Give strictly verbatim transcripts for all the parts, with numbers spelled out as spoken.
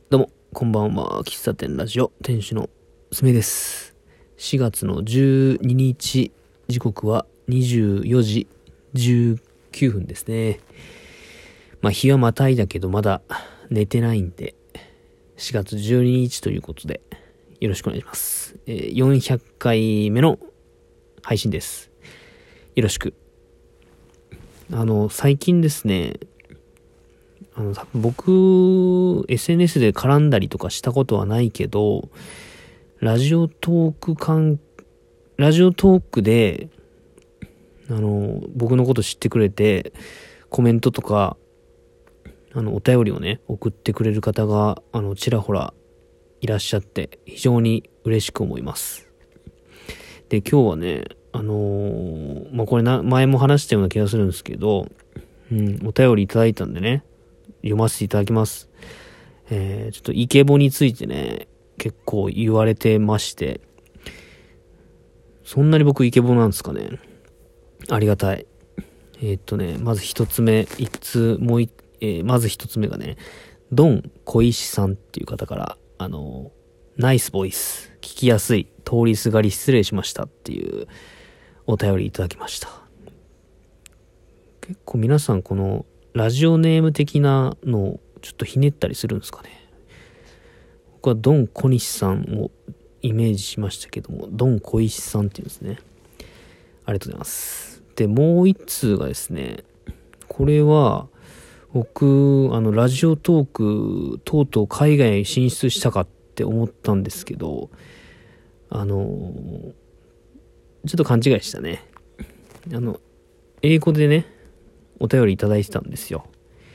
どうも、こんばんは。喫茶店ラジオ店主のすめです。しがつのじゅうににち、時刻はにじゅうよじじゅうきゅうふんですね。まあ日はまたいだけどまだ寝てないんで、しがつじゅうににちということでよろしくお願いします。えー、よんひゃっかいめの配信です。よろしく。あの、最近ですね、あの、多分僕、エスエヌエス で絡んだりとかしたことはないけど、ラジオトーク関、ラジオトークで、あの、僕のこと知ってくれて、コメントとか、あの、お便りをね、送ってくれる方が、あの、ちらほらいらっしゃって、非常に嬉しく思います。で、今日はね、あのー、まあ、これな、前も話したような気がするんですけど、うん、お便りいただいたんでね、読ませていただきます。えー、ちょっとイケボについてね、結構言われてまして、そんなに僕イケボなんですかね。ありがたい。えー、っとね、まず一つ目、一通、もう一、えー、まず一つ目がね、ドン小石さんっていう方から、あの、ナイスボイス、聞きやすい、通りすがり失礼しましたっていうお便りいただきました。結構皆さんこのラジオネーム的なのをちょっとひねったりするんですかね。僕はドン小西さんをイメージしましたけども、ドン小石さんっていうんですね。ありがとうございます。で、もう一通がですね、これは僕、あの、ラジオトーク、とうとう海外に進出したかって思ったんですけど、あの、ちょっと勘違いしたね。あの、英語でね、お便りいただいてたんですよ。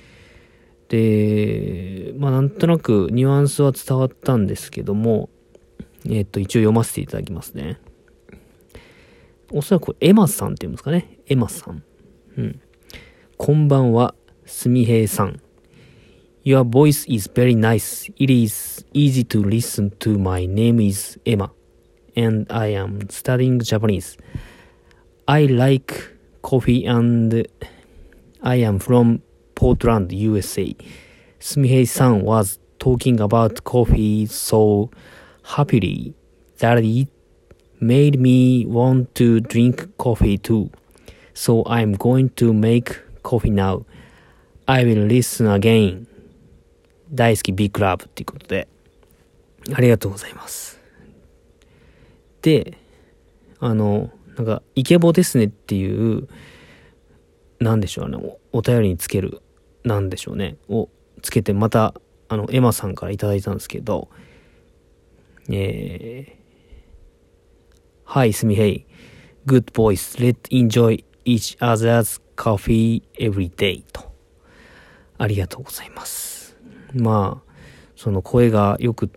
で、まあなんとなくニュアンスは伝わったんですけども、えっと、一応読ませていただきますね。おそらくエマさんっていうんですかね。エマさん。うん。こんばんは、すみへいさん。Your voice is very nice. It is easy to listen to. My name is Emma, and I am studying Japanese. I like coffee and I am from Portland, U S A. Sumihei-san was talking about coffee so happily that it made me want to drink coffee too. So I'm going to make coffee now. I will listen again. 大好きビッグラブっていうことで、ありがとうございます。で、あの、なんか、イケボですねっていう、なんでしょう、あの、お便りにつける、なんでしょうね、をつけて、また、あの、エマさんからいただいたんですけど、えー、Hi, すみへい。Good boys, let's enjoy each other's coffee every day と。ありがとうございます。まあ、その声が良くって、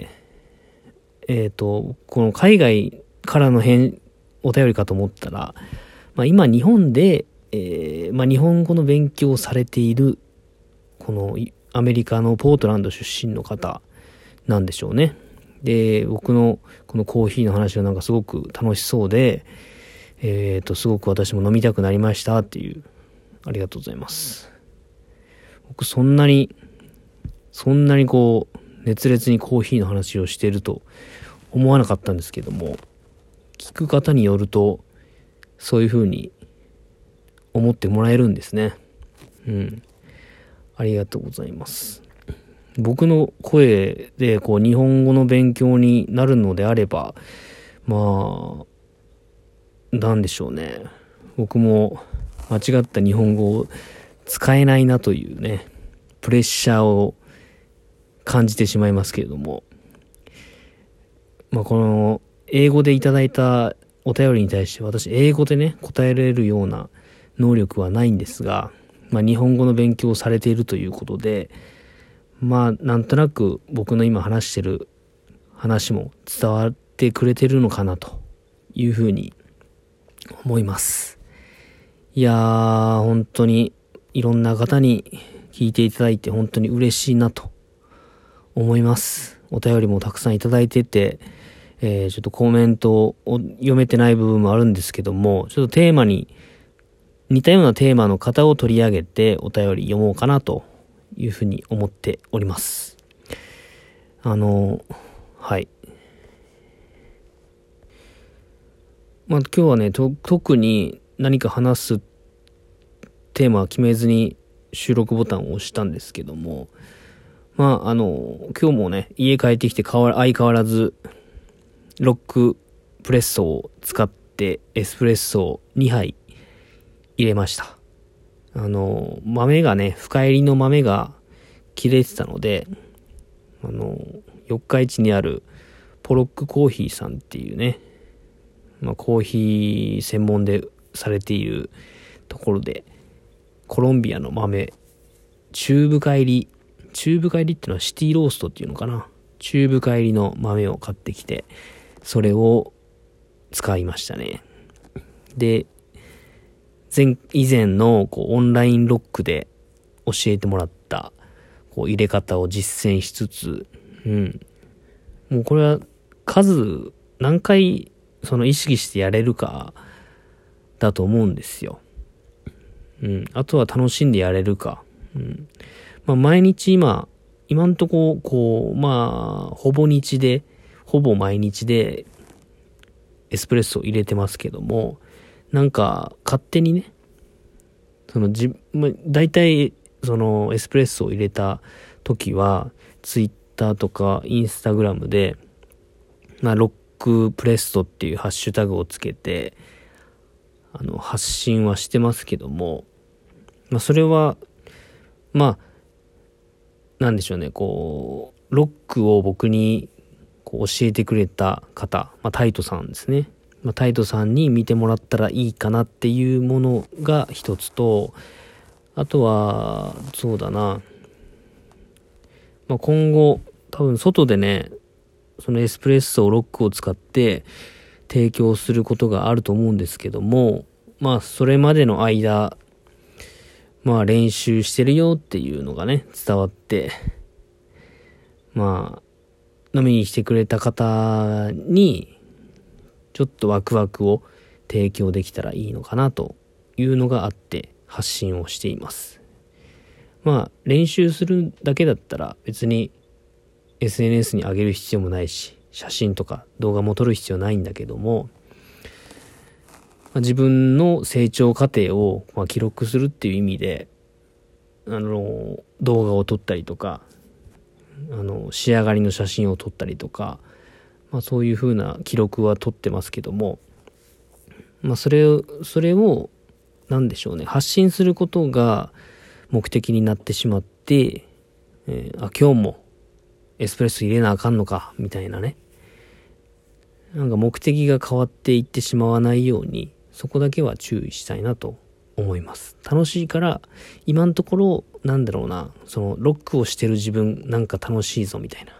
えっと、この海外からの返、お便りかと思ったら、まあ今日本で、えー、まあ日本語の勉強をされている、このアメリカのポートランド出身の方なんでしょうね。で、僕のこのコーヒーの話がなんかすごく楽しそうで、えっと、すごく私も飲みたくなりましたっていう、ありがとうございます。僕そんなに、そんなにこう、熱烈にコーヒーの話をしていると思わなかったんですけども、聞く方によると、そういう風に思ってもらえるんですね。うん。ありがとうございます。僕の声でこう日本語の勉強になるのであれば、まあ、なんでしょうね。僕も間違った日本語を使えないなというね、プレッシャーを感じてしまいますけれども、まあこの英語でいただいたお便りに対して私英語でね答えられるような能力はないんですが、まあ日本語の勉強をされているということで、まあなんとなく僕の今話してる話も伝わってくれてるのかなというふうに思います。いやー本当にいろんな方に聞いていただいて本当に嬉しいなと思います。お便りもたくさんいただいてて、えー、ちょっとコメントを読めてない部分もあるんですけども、ちょっとテーマに似たようなテーマの方を取り上げてお便り読もうかなというふうに思っております。 あの、はい。まあ今日はね、と特に何か話すテーマは決めずに収録ボタンを押したんですけども、まああの、今日もね、家帰ってきて変わ相変わらず、ロックプレッソを使ってエスプレッソをにはい入れました。あの、豆がね、深入りの豆が切れてたので、あの、四日市にあるポロックコーヒーさんっていうね、まあ、コーヒー専門でされているところで、コロンビアの豆、中深入り、中深入りっていうのはシティローストっていうのかな。中深入りの豆を買ってきて、それを使いましたね。で、前、以前のこうオンラインロックで教えてもらったこう入れ方を実践しつつ、うん。もうこれは数、何回その意識してやれるかだと思うんですよ。うん。あとは楽しんでやれるか。うん。まあ毎日今、今んとここう、まあ、ほぼ日で、ほぼ毎日でエスプレッソを入れてますけども、なんか勝手にね、そのじ、まあ、大体そのエスプレッソを入れた時は、ツイッターとかインスタグラムで、まあ、ロックプレッソっていうハッシュタグをつけて、あの、発信はしてますけども、まあ、それは、まあ、なんでしょうね、こう、ロックを僕にこう教えてくれた方、まあ、タイトさんですね。まあ、タイトさんに見てもらったらいいかなっていうものが一つと、あとは、そうだな、まあ、今後、多分外でね、そのエスプレッソをロックを使って提供することがあると思うんですけども、まあそれまでの間、まあ練習してるよっていうのがね、伝わって、まあ飲みに来てくれた方にちょっとワクワクを提供できたらいいのかなというのがあって発信をしています。まあ練習するだけだったら別にエスエヌエス に上げる必要もないし、写真とか動画も撮る必要ないんだけども、まあ、自分の成長過程を、まあ、記録するっていう意味で、あの、動画を撮ったりとか、あの、仕上がりの写真を撮ったりとか、まあそういう風な記録は撮ってますけども、まあそれを、それを、なんでしょうね、発信することが目的になってしまって、えー、あ、今日も、エスプレッソ入れなあかんのかみたいなね、なんか目的が変わっていってしまわないようにそこだけは注意したいなと思います。楽しいから今のところなんだろうな、そのロックをしてる自分なんか楽しいぞみたいな、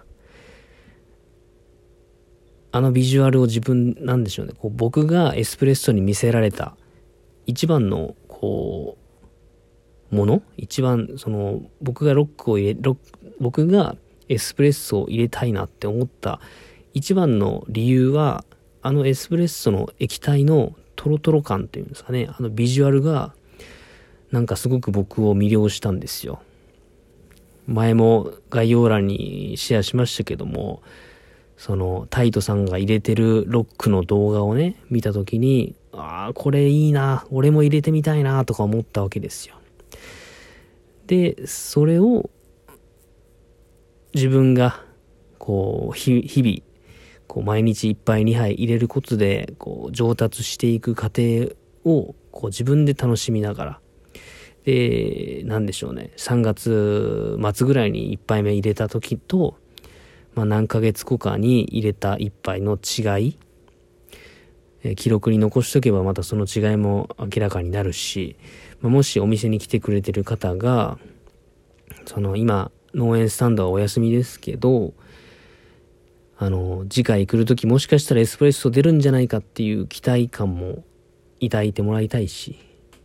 あのビジュアルを自分なんでしょうね、こう僕がエスプレッソに見せられた一番のこうもの、一番その僕がロックを入れロック僕がエスプレッソを入れたいなって思った一番の理由は、あのエスプレッソの液体のトロトロ感っていうんですかね、あのビジュアルがなんかすごく僕を魅了したんですよ。前も概要欄にシェアしましたけども、そのタイトさんが入れてるロックの動画をね見たときに、ああこれいいな、俺も入れてみたいなとか思ったわけですよ。でそれを自分がこう日々こう毎日いっぱいにはい入れることでこう上達していく過程をこう自分で楽しみながら、でなんでしょうね、さんがつ末ぐらいにいっぱいめ入れた時と、まあ、何ヶ月後かに入れたいっぱいの違い、え記録に残しとけばまたその違いも明らかになるし、まあ、もしお店に来てくれてる方がその今農園スタンドはお休みですけど、あの次回来るときもしかしたらエスプレッソ出るんじゃないかっていう期待感も抱いてもらいたいし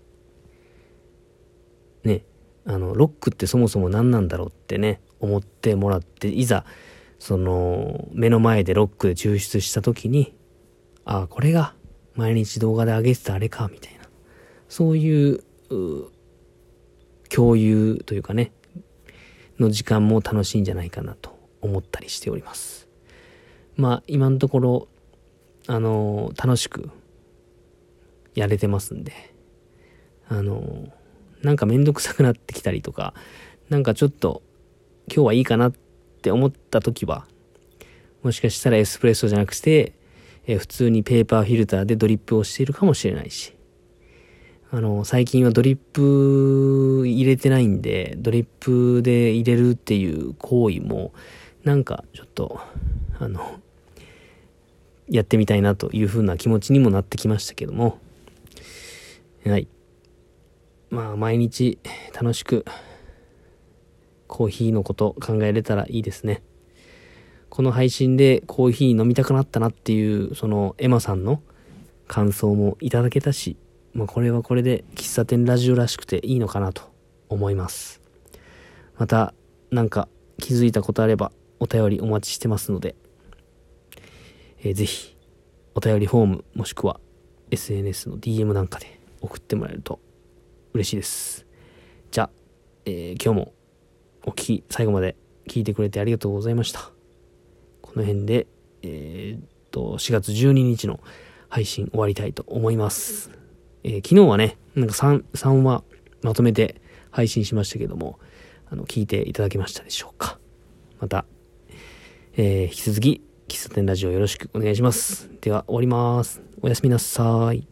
ね、あのロックってそもそも何なんだろうってね思ってもらって、いざその目の前でロックで抽出したときに、ああこれが毎日動画で上げてたあれかみたいな、そういう、う共有というかねの時間も楽しいんじゃないかなと思ったりしております。まあ今のところあの楽しくやれてますんで、あのなんかめんどくさくなってきたりとか、なんかちょっと今日はいいかなって思った時は、もしかしたらエスプレッソじゃなくて、え普通にペーパーフィルターでドリップをしているかもしれないし、あの最近はドリップ入れてないんで、ドリップで入れるっていう行為もなんかちょっとあのやってみたいなという風な気持ちにもなってきましたけども、はい、まあ毎日楽しくコーヒーのこと考えれたらいいですね。この配信でコーヒー飲みたくなったなっていうそのエマさんの感想もいただけたし、まあ、これはこれで喫茶店ラジオらしくていいのかなと思います。またなんか気づいたことあればお便りお待ちしてますので、えー、ぜひお便りフォームもしくは エスエヌエス の ディーエム なんかで送ってもらえると嬉しいです。じゃあ、えー、今日もお聞き最後まで聞いてくれてありがとうございました。この辺で、えー、っとしがつじゅうににちの配信終わりたいと思います。えー、昨日はね、なんか 3, 3話まとめて配信しましたけども、あの聞いていただけましたでしょうか。また、えー、引き続き喫茶店ラジオよろしくお願いします。では終わります。おやすみなさい。